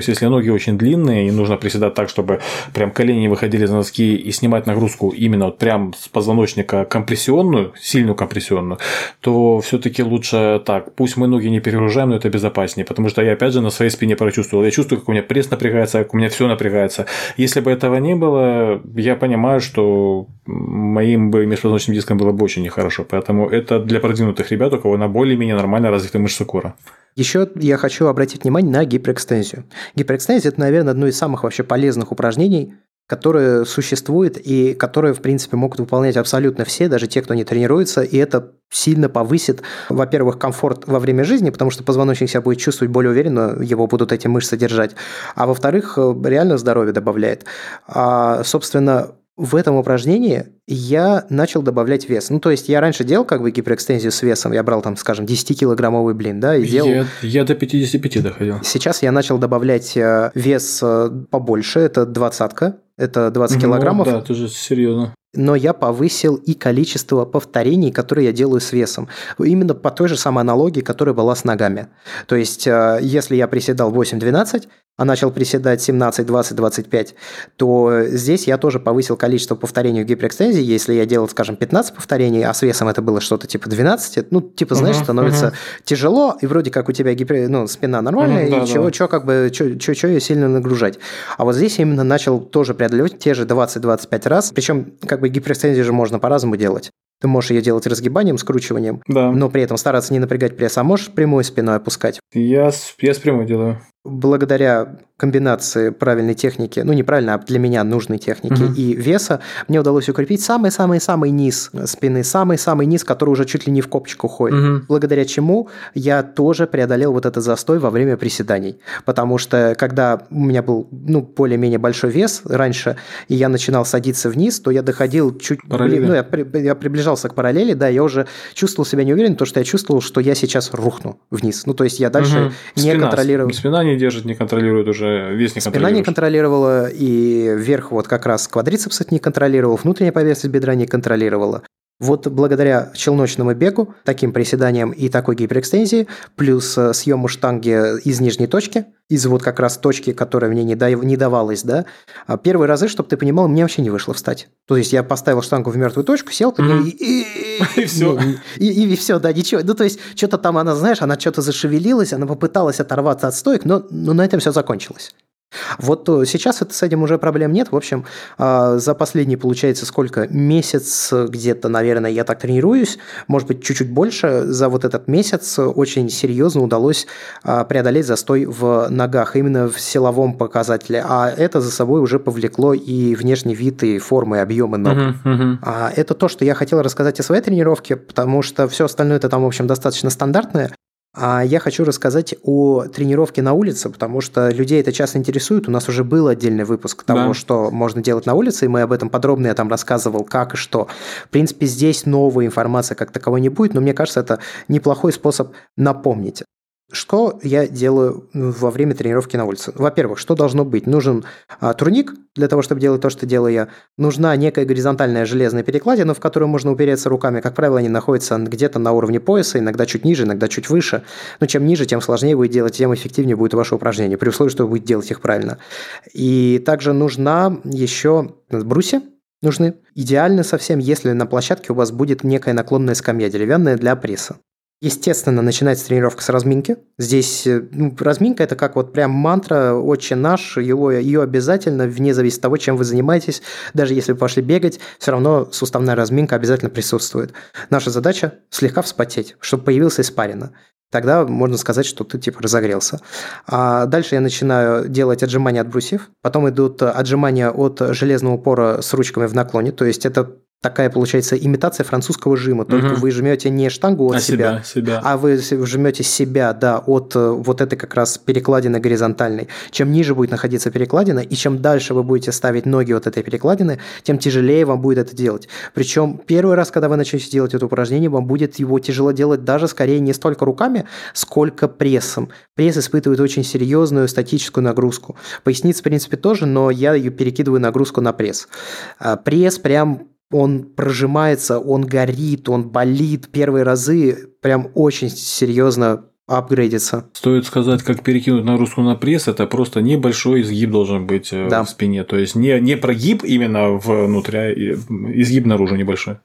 есть, если ноги очень длинные и нужно приседать так, чтобы прям колени выходили за носки и снимать нагрузку именно вот прям с позвоночника компрессионную, сильную компрессионную, то все-таки лучше так. Пусть мы ноги не перегружаем, но это безопаснее, потому что я опять же на своей спине прочувствовал. Я чувствую, как у меня пресс напрягается, как у меня все напрягается. Если бы этого не было, я понимаю, что моим бы межпозвоночным диском было бы очень нехорошо. Поэтому это для продвинутых ребят, у кого на более-менее нормально развиты мышцы кора. Еще я хочу обратить внимание на гиперэкстензию. Гиперэкстензия – это, наверное, одно из самых вообще полезных упражнений, которые существуют и которые, в принципе, могут выполнять абсолютно все, даже те, кто не тренируется, и это сильно повысит, во-первых, комфорт во время жизни, потому что позвоночник себя будет чувствовать более уверенно, его будут эти мышцы держать, а во-вторых, реально здоровье добавляет. А, собственно, в этом упражнении я начал добавлять вес. Ну, то есть, я раньше делал как бы гиперэкстензию с весом, я брал там, скажем, десятикилограммовый блин, да, и делал... Я, я до пятидесяти пяти доходил. Сейчас я начал добавлять вес побольше, это двадцатка, это двадцать килограммов. Ну, да, это же серьезно. Но я повысил и количество повторений, которые я делаю с весом. Именно по той же самой аналогии, которая была с ногами. То есть, если я приседал восемь-двенадцать, а начал приседать семнадцать, двадцать, двадцать пять, то здесь я тоже повысил количество повторений в гиперэкстензии. Если я делал, скажем, пятнадцать повторений, а с весом это было что-то типа двенадцать, ну, типа, знаешь, uh-huh, становится uh-huh. тяжело, и вроде как у тебя гипер... ну, спина нормальная, uh-huh, и да, чего, да. чего, как бы, чего ее сильно нагружать. А вот здесь я именно начал тоже преодолевать те же двадцать-двадцать пять раз, причем как бы гиперэкстензию же можно по-разному делать. Ты можешь ее делать разгибанием, скручиванием, да. но при этом стараться не напрягать пресс, а можешь прямой спиной опускать. Я, я с прямой делаю. Благодаря комбинации правильной техники, ну, неправильно, а для меня нужной техники uh-huh. и веса, мне удалось укрепить самый-самый-самый низ спины, самый-самый низ, который уже чуть ли не в копчик уходит. Uh-huh. Благодаря чему я тоже преодолел вот этот застой во время приседаний. Потому что, когда у меня был, ну, более-менее большой вес раньше, и я начинал садиться вниз, то я доходил чуть... Параллели. Ну, я, я приближался к параллели, да, я уже чувствовал себя неуверенно, потому что я чувствовал, что я сейчас рухну вниз. Ну, то есть я дальше uh-huh. не спина, контролировал... Спина не держит, не контролирует уже. Вес не Спина не контролировала, и вверх вот как раз квадрицепс не контролировал, внутренняя поверхность бедра не контролировала. Вот благодаря челночному бегу, таким приседаниям и такой гиперэкстензии, плюс съему штанги из нижней точки, из вот как раз точки, которая мне не, да, не давалась, да, первые разы, чтобы ты понимал, мне вообще не вышло встать. То есть я поставил штангу в мертвую точку, сел, mm-hmm. и... И все. И, и, и все, да, ничего. Ну, то есть, что-то там она, знаешь, она что-то зашевелилась, она попыталась оторваться от стоек, но, но на этом все закончилось. Вот сейчас это, с этим уже проблем нет. В общем, за последний, получается, сколько? Месяц где-то, наверное, я так тренируюсь. Может быть, чуть-чуть больше. За вот этот месяц очень серьезно удалось преодолеть застой в ногах, именно в силовом показателе. А это за собой уже повлекло и внешний вид, и формы, и объемы ног. Uh-huh, uh-huh. Это то, что я хотел рассказать о своей тренировке, потому что все остальное это там, в общем, достаточно стандартное. А я хочу рассказать о тренировке на улице, потому что людей это часто интересует. У нас уже был отдельный выпуск того, да. что можно делать на улице, и мы об этом подробно я там рассказывал, как и что. В принципе, здесь новая информация как таковой не будет, но мне кажется, это неплохой способ напомнить. Что я делаю во время тренировки на улице? Во-первых, что должно быть? Нужен а, турник для того, чтобы делать то, что делаю я. Нужна некая горизонтальная железная перекладина, в которую можно упереться руками. Как правило, они находятся где-то на уровне пояса, иногда чуть ниже, иногда чуть выше. Но чем ниже, тем сложнее будет делать, тем эффективнее будет ваше упражнение, при условии, что вы будете делать их правильно. И также нужна еще брусья. Нужны. Идеально совсем, если на площадке у вас будет некая наклонная скамья деревянная для пресса. Естественно, начинается тренировка с разминки. Здесь ну, разминка – это как вот прям мантра «Отче наш», его, ее обязательно, вне зависимости от того, чем вы занимаетесь, даже если вы пошли бегать, все равно суставная разминка обязательно присутствует. Наша задача – слегка вспотеть, чтобы появился испарина. Тогда можно сказать, что ты типа разогрелся. А дальше я начинаю делать отжимания от брусьев, потом идут отжимания от железного упора с ручками в наклоне, то есть это такая, получается, имитация французского жима. Только угу. вы жмете не штангу от а себя, себя, себя, а вы жмете себя, да, от вот этой как раз перекладины горизонтальной. Чем ниже будет находиться перекладина, и чем дальше вы будете ставить ноги от этой перекладины, тем тяжелее вам будет это делать. Причем первый раз, когда вы начнете делать это упражнение, вам будет его тяжело делать даже скорее не столько руками, сколько прессом. Пресс испытывает очень серьезную статическую нагрузку. Поясница, в принципе, тоже, но я ее перекидываю нагрузку на пресс. Пресс прям... он прожимается, он горит, он болит. Первые разы прям очень серьезно апгрейдиться. Стоит сказать, как перекинуть нагрузку на пресс, это просто небольшой изгиб должен быть да. в спине. То есть не, не прогиб именно внутрь, а изгиб наружу небольшой.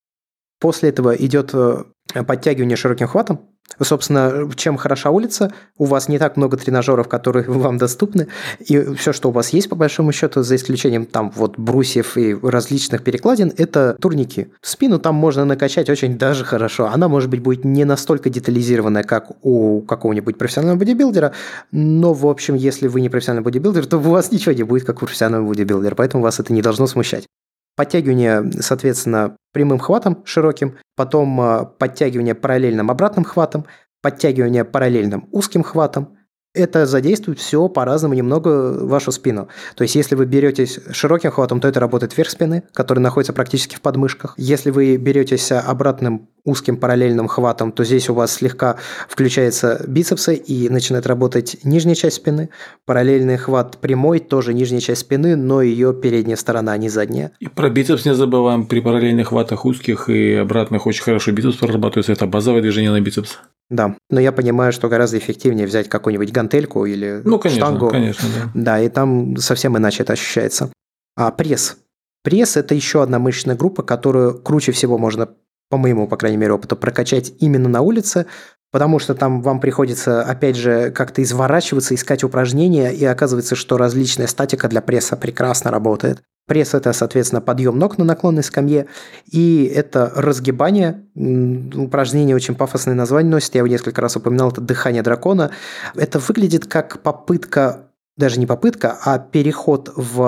После этого идет подтягивание широким хватом. Собственно, чем хороша улица, у вас не так много тренажеров, которые вам доступны, и все, что у вас есть, по большому счету, за исключением там вот брусьев и различных перекладин, это турники. Спину там можно накачать очень даже хорошо. Она, может быть, будет не настолько детализированная, как у какого-нибудь профессионального бодибилдера, но, в общем, если вы не профессиональный бодибилдер, то у вас ничего не будет, как у профессионального бодибилдера, поэтому вас это не должно смущать. Подтягивание, соответственно, прямым хватом широким, потом подтягивание параллельным обратным хватом, подтягивание параллельным узким хватом. Это задействует все по-разному немного вашу спину. То есть, если вы беретесь широким хватом, то это работает верх спины, который находится практически в подмышках. Если вы беретесь обратным узким параллельным хватом, то здесь у вас слегка включаются бицепсы и начинает работать нижняя часть спины. Параллельный хват прямой, тоже нижняя часть спины, но ее передняя сторона, а не задняя. И про бицепс не забываем. При параллельных хватах узких и обратных очень хорошо бицепс прорабатывается. Это базовое движение на бицепс. Да, но я понимаю, что гораздо эффективнее взять какую-нибудь гантельку или ну, конечно, штангу. Конечно, да. Да, и там совсем иначе это ощущается. А пресс. Пресс – это еще одна мышечная группа, которую круче всего можно, по моему, по крайней мере, опыту, прокачать именно на улице, потому что там вам приходится, опять же, как-то изворачиваться, искать упражнения, и оказывается, что различная статика для пресса прекрасно работает. Пресс – это, соответственно, подъем ног на наклонной скамье, и это разгибание. Упражнение очень пафосное название носит, я его несколько раз упоминал, это дыхание дракона. Это выглядит как попытка, даже не попытка, а переход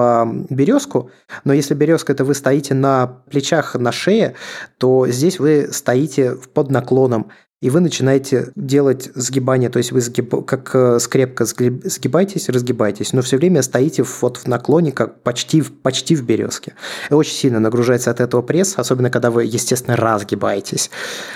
в березку, но если березка – это вы стоите на плечах, на шее, то здесь вы стоите под наклоном, и вы начинаете делать сгибание, то есть вы сгиб... как скрепка сгибаетесь, разгибаетесь, но все время стоите вот в наклоне, как почти, почти в березке. И очень сильно нагружается от этого пресс, особенно когда вы, естественно, разгибаетесь.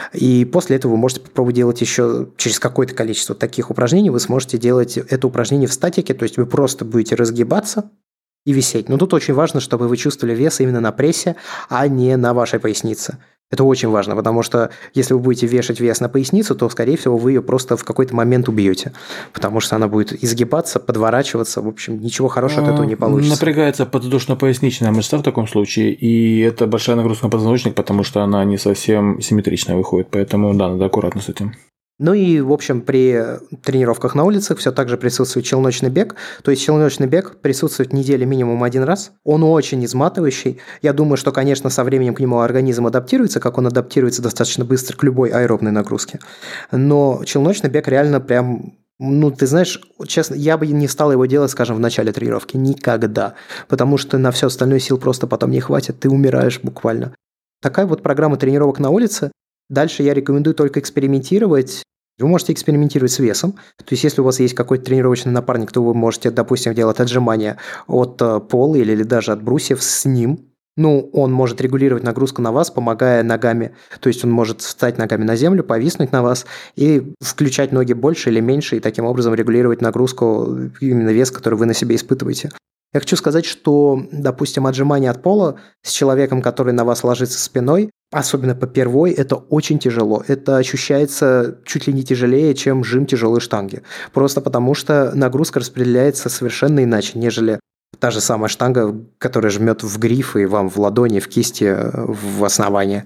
И после этого вы можете попробовать делать еще через какое-то количество таких упражнений, вы сможете делать это упражнение в статике, то есть вы просто будете разгибаться и висеть. Но тут очень важно, чтобы вы чувствовали вес именно на прессе, а не на вашей пояснице. Это очень важно, потому что если вы будете вешать вес на поясницу, то, скорее всего, вы ее просто в какой-то момент убьете, потому что она будет изгибаться, подворачиваться, в общем, ничего хорошего от этого не получится. Напрягается подвздошно-поясничная мышца в таком случае, и это большая нагрузка на позвоночник, потому что она не совсем симметрично выходит, поэтому, да, надо аккуратно с этим. Ну и, в общем, при тренировках на улицах все так же присутствует челночный бег. То есть челночный бег присутствует в неделе минимум один раз. Он очень изматывающий. Я думаю, что, конечно, со временем к нему организм адаптируется, как он адаптируется достаточно быстро к любой аэробной нагрузке. Но челночный бег реально прям... Ну, ты знаешь, честно, я бы не стал его делать, скажем, в начале тренировки. Никогда. Потому что на все остальное сил просто потом не хватит. Ты умираешь буквально. Такая вот программа тренировок на улице. Дальше я рекомендую только экспериментировать. Вы можете экспериментировать с весом. То есть, если у вас есть какой-то тренировочный напарник, то вы можете, допустим, делать отжимания от пола или, или даже от брусьев с ним. Ну, он может регулировать нагрузку на вас, помогая ногами. То есть, он может встать ногами на землю, повиснуть на вас и включать ноги больше или меньше, и таким образом регулировать нагрузку, именно вес, который вы на себе испытываете. Я хочу сказать, что, допустим, отжимание от пола с человеком, который на вас ложится спиной, особенно по первой, это очень тяжело. Это ощущается чуть ли не тяжелее, чем жим тяжелой штанги. Просто потому, что нагрузка распределяется совершенно иначе, нежели та же самая штанга, которая жмет в гриф и вам в ладони, в кисти, в основании.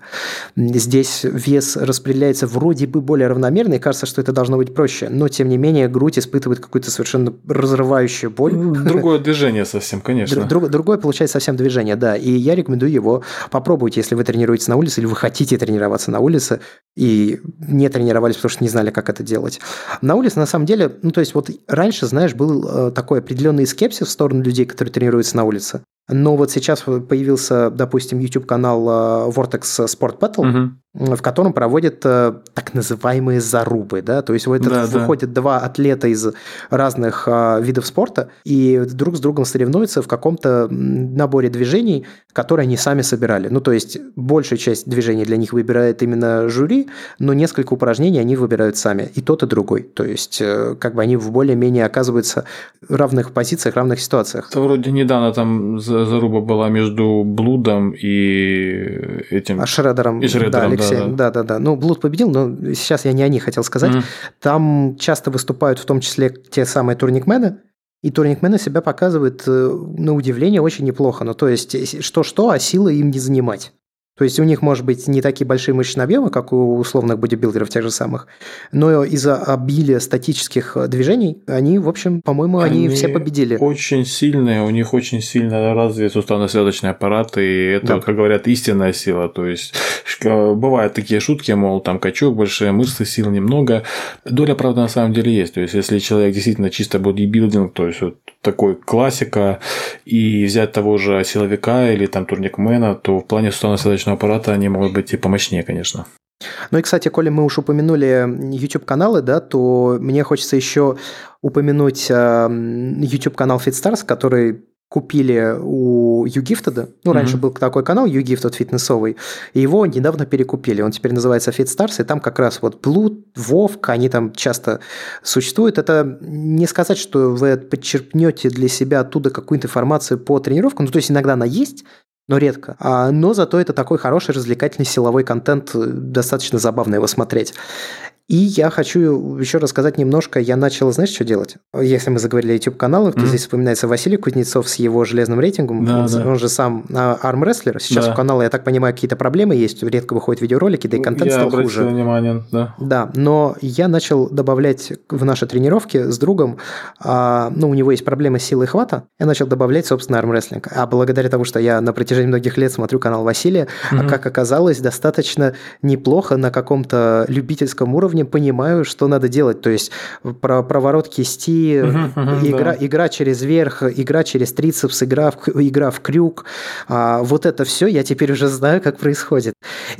Здесь вес распределяется вроде бы более равномерно, и кажется, что это должно быть проще. Но, тем не менее, грудь испытывает какую-то совершенно разрывающую боль. Другое движение совсем, конечно. Друг, другое получается совсем движение, да. И я рекомендую его попробовать, если вы тренируетесь на улице, или вы хотите тренироваться на улице, и не тренировались, потому что не знали, как это делать. На улице, на самом деле, ну, то есть, вот раньше, знаешь, был такой определенный скепсис в сторону людей, которые тренируются на улице. Но вот сейчас появился, допустим, YouTube-канал Vortex Sport Battle, угу. в котором проводят так называемые зарубы. Да? То есть, вот да, выходят да. два атлета из разных видов спорта и друг с другом соревнуются в каком-то наборе движений, которые они сами собирали. Ну, то есть, большая часть движений для них выбирает именно жюри, но несколько упражнений они выбирают сами. И тот, и другой. То есть, как бы они в более-менее оказываются в равных позициях, равных ситуациях. Это вроде недавно там заруба была между Блудом и этим... А Шреддером. И Шреддером, да, Алексеем. Да, да, да, да. Ну, Блуд победил, но сейчас я не о них хотел сказать. Mm-hmm. Там часто выступают в том числе те самые турникмены, и турникмены себя показывают, на удивление, очень неплохо. Ну, то есть, что-что, а силы им не занимать. То есть, у них, может быть, не такие большие мышечные объемы, как у условных бодибилдеров тех же самых, но из-за обилия статических движений, они, в общем, по-моему, они, они все победили. Очень сильные, у них очень сильно развит суставно-связочный аппарат, и это, да. как говорят, истинная сила. То есть, бывают такие шутки, мол, там качок, большие мышцы, сил немного. Доля, правда, на самом деле есть. То есть, если человек действительно чисто бодибилдинг, то есть, вот такой классика, и взять того же силовика или там турникмена, то в плане суставно-связочного аппарата они могут быть и помощнее, конечно. Ну и, кстати, коли мы уж упомянули YouTube-каналы, да, то мне хочется еще упомянуть YouTube-канал FitStars, который купили у YouGifted. Ну, mm-hmm. раньше был такой канал YouGifted фитнесовый, и его недавно перекупили. Он теперь называется FitStars, и там как раз вот Блуд, Вовк, они там часто существуют. Это не сказать, что вы подчерпнете для себя оттуда какую-то информацию по тренировкам, ну, то есть иногда она есть, но редко. А, но зато это такой хороший развлекательный силовой контент, достаточно забавно его смотреть. И я хочу еще рассказать немножко, я начал, знаешь, что делать? Если мы заговорили о YouTube-каналах, mm-hmm. то здесь вспоминается Василий Кузнецов с его железным рейтингом, да, он, да. он же сам армрестлер, сейчас да. у канала, я так понимаю, какие-то проблемы есть, редко выходят видеоролики, да и контент я стал хуже. Я обратил внимание, да. Да, но я начал добавлять в наши тренировки с другом, а, ну, у него есть проблемы с силой хвата, я начал добавлять, собственно, армрестлинг. А благодаря тому, что я на протяжении многих лет смотрю канал Василия, mm-hmm. а как оказалось, достаточно неплохо на каком-то любительском уровне понимаю, что надо делать. То есть про проворот кисти, uh-huh, uh-huh, игра, да. игра через верх, игра через трицепс, игра в, игра в крюк. А, вот это все я теперь уже знаю, как происходит.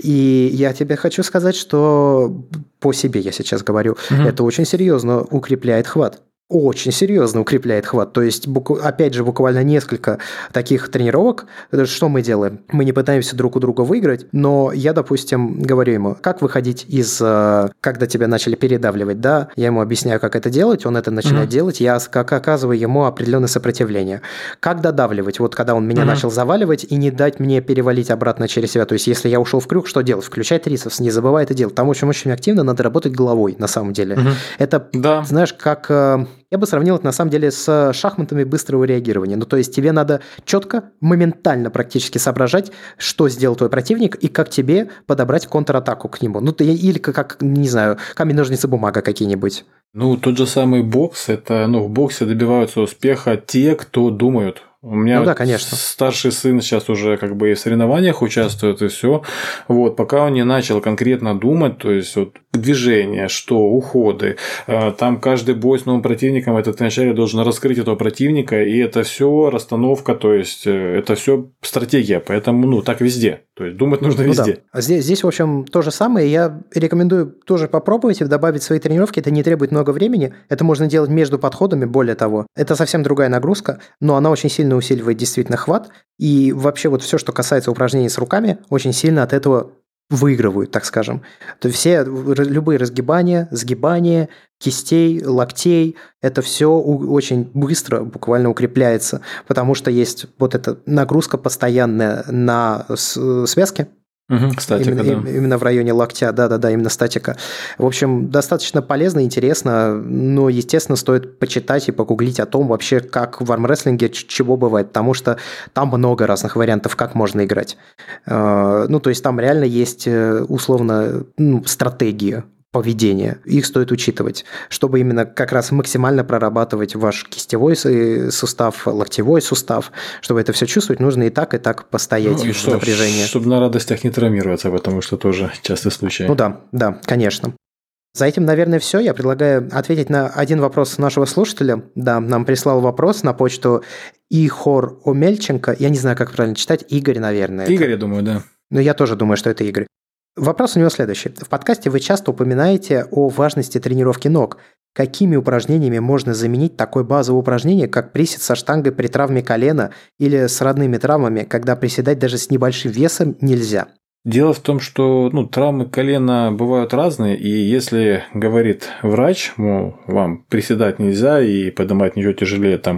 И я тебе хочу сказать, что по себе я сейчас говорю, uh-huh. это очень серьезно укрепляет хват. Очень серьезно укрепляет хват. То есть, опять же, буквально несколько таких тренировок. Что мы делаем? Мы не пытаемся друг у друга выиграть, но я, допустим, говорю ему, как выходить из... Когда тебя начали передавливать, да? Я ему объясняю, как это делать, он это начинает mm-hmm. делать, я как оказываю ему определенное сопротивление. Как додавливать? Вот когда он меня mm-hmm. начал заваливать и не дать мне перевалить обратно через себя. То есть, если я ушел в крюк, что делать? Включай трицепс, не забывай это делать. Там очень-очень активно надо работать головой, на самом деле. Mm-hmm. Это, да. знаешь, как... Я бы сравнил это на самом деле с шахматами быстрого реагирования. Ну, то есть тебе надо четко, моментально практически соображать, что сделал твой противник и как тебе подобрать контратаку к нему. Ну, ты, или как, не знаю, камень, ножницы, бумага какие-нибудь. Ну, тот же самый бокс, это, ну, в боксе добиваются успеха те, кто думают. У меня ну да, конечно. старший сын сейчас уже как бы и в соревнованиях участвует, и все. Вот, пока он не начал конкретно думать, то есть вот движения, что, уходы, там каждый бой с новым противником, это ты вначале должен раскрыть этого противника, и это все расстановка, то есть это все стратегия, поэтому, ну, так везде. То есть думать нужно везде. Ну да. Здесь, здесь, в общем, то же самое. Я рекомендую тоже попробовать и добавить в свои тренировки. Это не требует много времени. Это можно делать между подходами, более того. Это совсем другая нагрузка, но она очень сильно усиливает действительно хват. И вообще вот все, что касается упражнений с руками, очень сильно от этого выигрывают, так скажем. То есть все любые разгибания, сгибания кистей, локтей, это все очень быстро буквально укрепляется, потому что есть вот эта нагрузка постоянная на связки. Угу, статика, именно, да. именно в районе локтя, да-да-да, именно статика. В общем, достаточно полезно, интересно, но, естественно, стоит почитать и погуглить о том вообще, как в армрестлинге чего бывает, потому что там много разных вариантов, как можно играть. Ну, то есть там реально есть, условно, ну, стратегия поведения. Их стоит учитывать, чтобы именно как раз максимально прорабатывать ваш кистевой сустав, локтевой сустав. Чтобы это все чувствовать, нужно и так, и так постоять ну, и в напряжении. Чтобы на радостях не травмироваться, потому что тоже частый случай. Ну да, да, конечно. За этим, наверное, все. Я предлагаю ответить на один вопрос нашего слушателя. Да, нам прислал вопрос на почту Ихор Омельченко. Я не знаю, как правильно читать. Игорь, наверное. Игорь, это. я думаю, да. Но я тоже думаю, что это Игорь. Вопрос у него следующий. В подкасте вы часто упоминаете о важности тренировки ног. Какими упражнениями можно заменить такое базовое упражнение, как присед со штангой при травме колена или с родными травмами, когда приседать даже с небольшим весом нельзя? Дело в том, что ну, травмы колена бывают разные, и если говорит врач, мол, вам приседать нельзя и поднимать ничего тяжелее там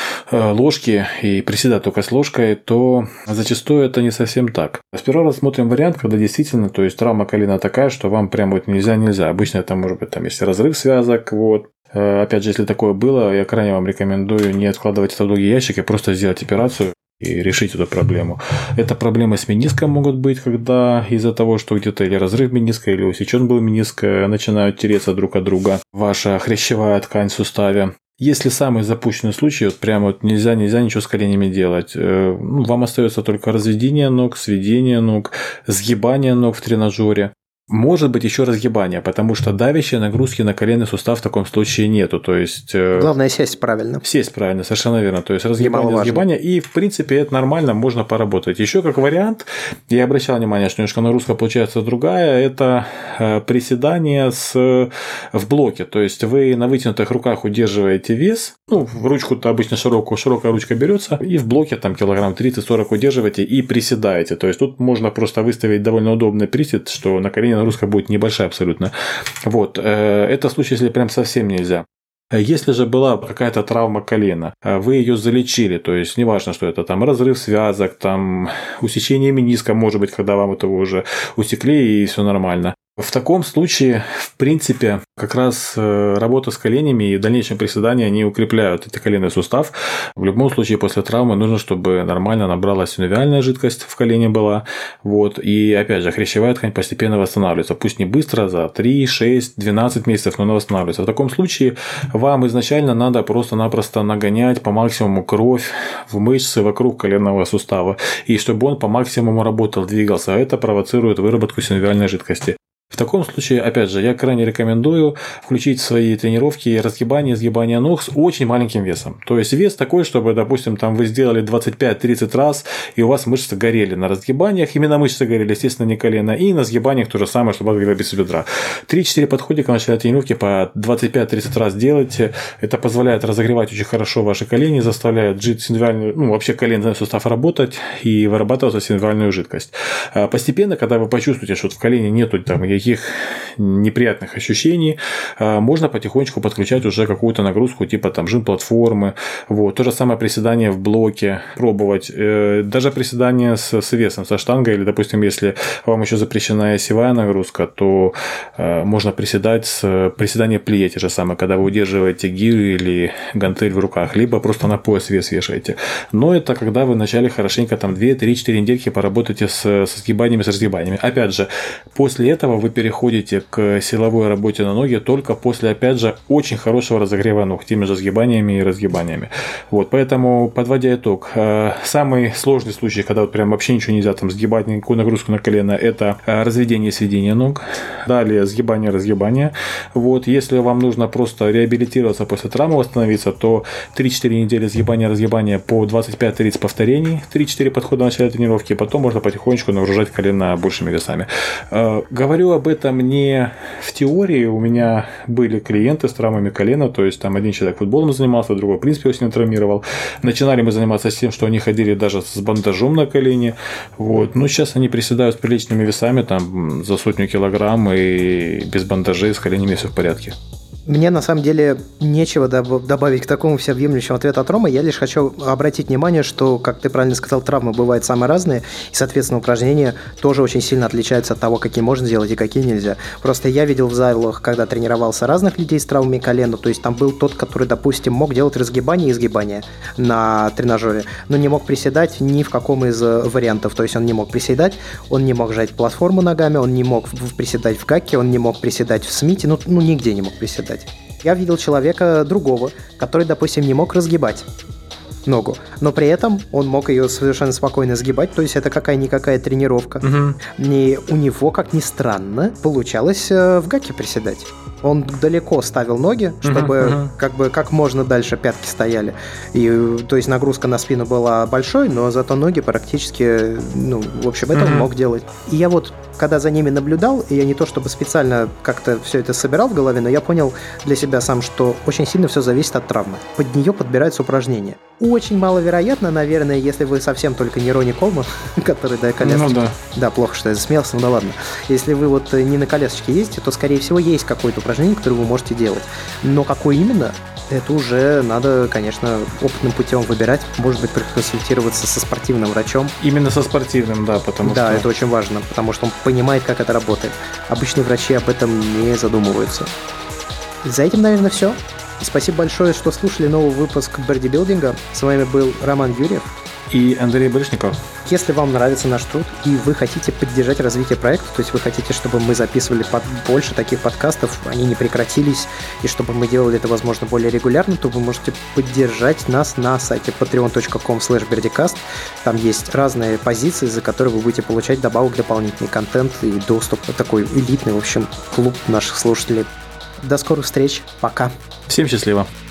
ложки и приседать только с ложкой, то зачастую это не совсем так. Сперва рассмотрим вариант, когда действительно, то есть травма колена такая, что вам прям вот нельзя-нельзя. Обычно это может быть там если разрыв связок, вот. Опять же, если такое было, я крайне вам рекомендую не откладывать это в долгий ящик, а просто сделать операцию и решить эту проблему. Это проблемы с мениском могут быть, когда из-за того, что где-то или разрыв мениска, или усечен был мениск, начинают тереться друг от друга ваша хрящевая ткань в суставе. Если самый запущенный случай, вот прямо вот нельзя, нельзя ничего с коленями делать, ну, вам остается только разведение ног, сведение ног, сгибание ног в тренажере. Может быть еще разгибание, потому что давящей нагрузки на коленный сустав в таком случае нету. То есть, главное сесть правильно. Сесть правильно, совершенно верно. То есть разгибание, разгибание, и в принципе это нормально, можно поработать. Еще как вариант, я обращал внимание, что немножко нагрузка получается другая, это приседание с, в блоке. То есть вы на вытянутых руках удерживаете вес, ну, ручку-то обычно широкую, широкая ручка берется, и в блоке там килограмм тридцать-сорок удерживаете и приседаете. То есть тут можно просто выставить довольно удобный присед, что на колене нагрузка будет небольшая абсолютно. Вот. Это случай, если прям совсем нельзя. Если же была какая-то травма колена, вы ее залечили, то есть неважно, что это там разрыв связок, там усечение мениска, может быть, когда вам этого уже усекли и все нормально. В таком случае, в принципе, как раз работа с коленями и в дальнейшем приседания они укрепляют этот коленный сустав. В любом случае, после травмы нужно, чтобы нормально набралась синовиальная жидкость в колене была. Вот. И опять же, хрящевая ткань постепенно восстанавливается. Пусть не быстро, за три, шесть, двенадцать месяцев, но она восстанавливается. В таком случае вам изначально надо просто-напросто нагонять по максимуму кровь в мышцы вокруг коленного сустава. И чтобы он по максимуму работал, двигался. А это провоцирует выработку синовиальной жидкости. В таком случае, опять же, я крайне рекомендую включить в свои тренировки разгибание и сгибание ног с очень маленьким весом. То есть вес такой, чтобы, допустим, там вы сделали двадцать пять-тридцать раз, и у вас мышцы горели на разгибаниях, именно мышцы горели, естественно, не колено, и на сгибаниях то же самое, чтобы горели без бедра. три-четыре подходика в начале тренировки по двадцать пять-тридцать раз делайте. Это позволяет разогревать очень хорошо ваши колени, заставляет жить синовиальную, ну, вообще коленный сустав работать и вырабатывать синовиальную жидкость. Постепенно, когда вы почувствуете, что в колене нету там никаких неприятных ощущений, можно потихонечку подключать уже какую-то нагрузку типа там жим-платформы. Вот. То же самое приседание в блоке пробовать. Даже приседание с, с весом, со штангой, или, допустим, если вам еще запрещена осевая нагрузка, то можно приседать с приседание плие, те же самые, когда вы удерживаете гирю или гантель в руках, либо просто на пояс вес вешаете. Но это когда вы вначале хорошенько там две-три-четыре недельки поработаете с, со сгибаниями, с разгибаниями. Опять же, после этого вы переходите к силовой работе на ноги только после, опять же, очень хорошего разогрева ног, теми же сгибаниями и разгибаниями. Вот, поэтому, подводя итог, самый сложный случай, когда вот прям вообще ничего нельзя там сгибать, никакую нагрузку на колено, это разведение и сведение ног. Далее сгибание, разгибание. Вот, если вам нужно просто реабилитироваться после травмы, восстановиться, то три-четыре недели сгибания, разгибания по двадцать пять-тридцать повторений, три-четыре подхода в начале тренировки, потом можно потихонечку нагружать колено большими весами. Говорю об этом не в теории. У меня были клиенты с травмами колена, то есть там один человек футболом занимался, другой в принципе его сильно травмировал. Начинали мы заниматься с тем, что они ходили даже с бандажом на колене. Вот. Но сейчас они приседают с приличными весами, там за сотню килограмм, и без бандажей с коленями все в порядке. Мне, на самом деле, нечего добавить к такому всеобъемлющему ответу от Ромы. Я лишь хочу обратить внимание, что, как ты правильно сказал, травмы бывают самые разные, и, соответственно, упражнения тоже очень сильно отличаются от того, какие можно сделать и какие нельзя. Просто я видел в залах, когда тренировался, разных людей с травмами колена, то есть там был тот, который, допустим, мог делать разгибание и изгибание на тренажере, но не мог приседать ни в каком из вариантов. То есть он не мог приседать, он не мог жать платформу ногами, он не мог приседать в гакке, он не мог приседать в смите, ну, ну нигде не мог приседать. Я видел человека другого, который, допустим, не мог разгибать ногу, но при этом он мог ее совершенно спокойно сгибать, то есть это какая-никакая тренировка. Угу. И у него, как ни странно, получалось в гакке приседать. Он далеко ставил ноги, чтобы uh-huh, uh-huh. как бы как можно дальше пятки стояли. И, то есть нагрузка на спину была большой, но зато ноги практически, ну, в общем, это uh-huh. он мог делать. И я вот когда за ними наблюдал, и я не то чтобы специально как-то все это собирал в голове, но я понял для себя сам, что очень сильно все зависит от травмы. Под нее подбираются упражнения. Очень маловероятно, наверное, если вы совсем только не Ронни Колман, который до колясочки... Ну да. Да, плохо, что я засмеялся, ну да ладно. Если вы вот не на колясочке ездите, то, скорее всего, есть какое-то упражнение, которое вы можете делать. Но какое именно, это уже надо, конечно, опытным путем выбирать. Может быть, проконсультироваться со спортивным врачом. Именно со спортивным, да, потому да, что... Да, это очень важно, потому что он понимает, как это работает. Обычные врачи об этом не задумываются. За этим, наверное, все. Спасибо большое, что слушали новый выпуск Бодибилдинга. С вами был Роман Юрьев и Андрей Барышников. Если вам нравится наш труд и вы хотите поддержать развитие проекта, то есть вы хотите, чтобы мы записывали под больше таких подкастов, они не прекратились, и чтобы мы делали это, возможно, более регулярно, то вы можете поддержать нас на сайте patreon точка com слэш бердикаст. Там есть разные позиции, за которые вы будете получать добавок, дополнительный контент и доступ, такой элитный, в общем, клуб наших слушателей. До скорых встреч. Пока. Всем счастливо.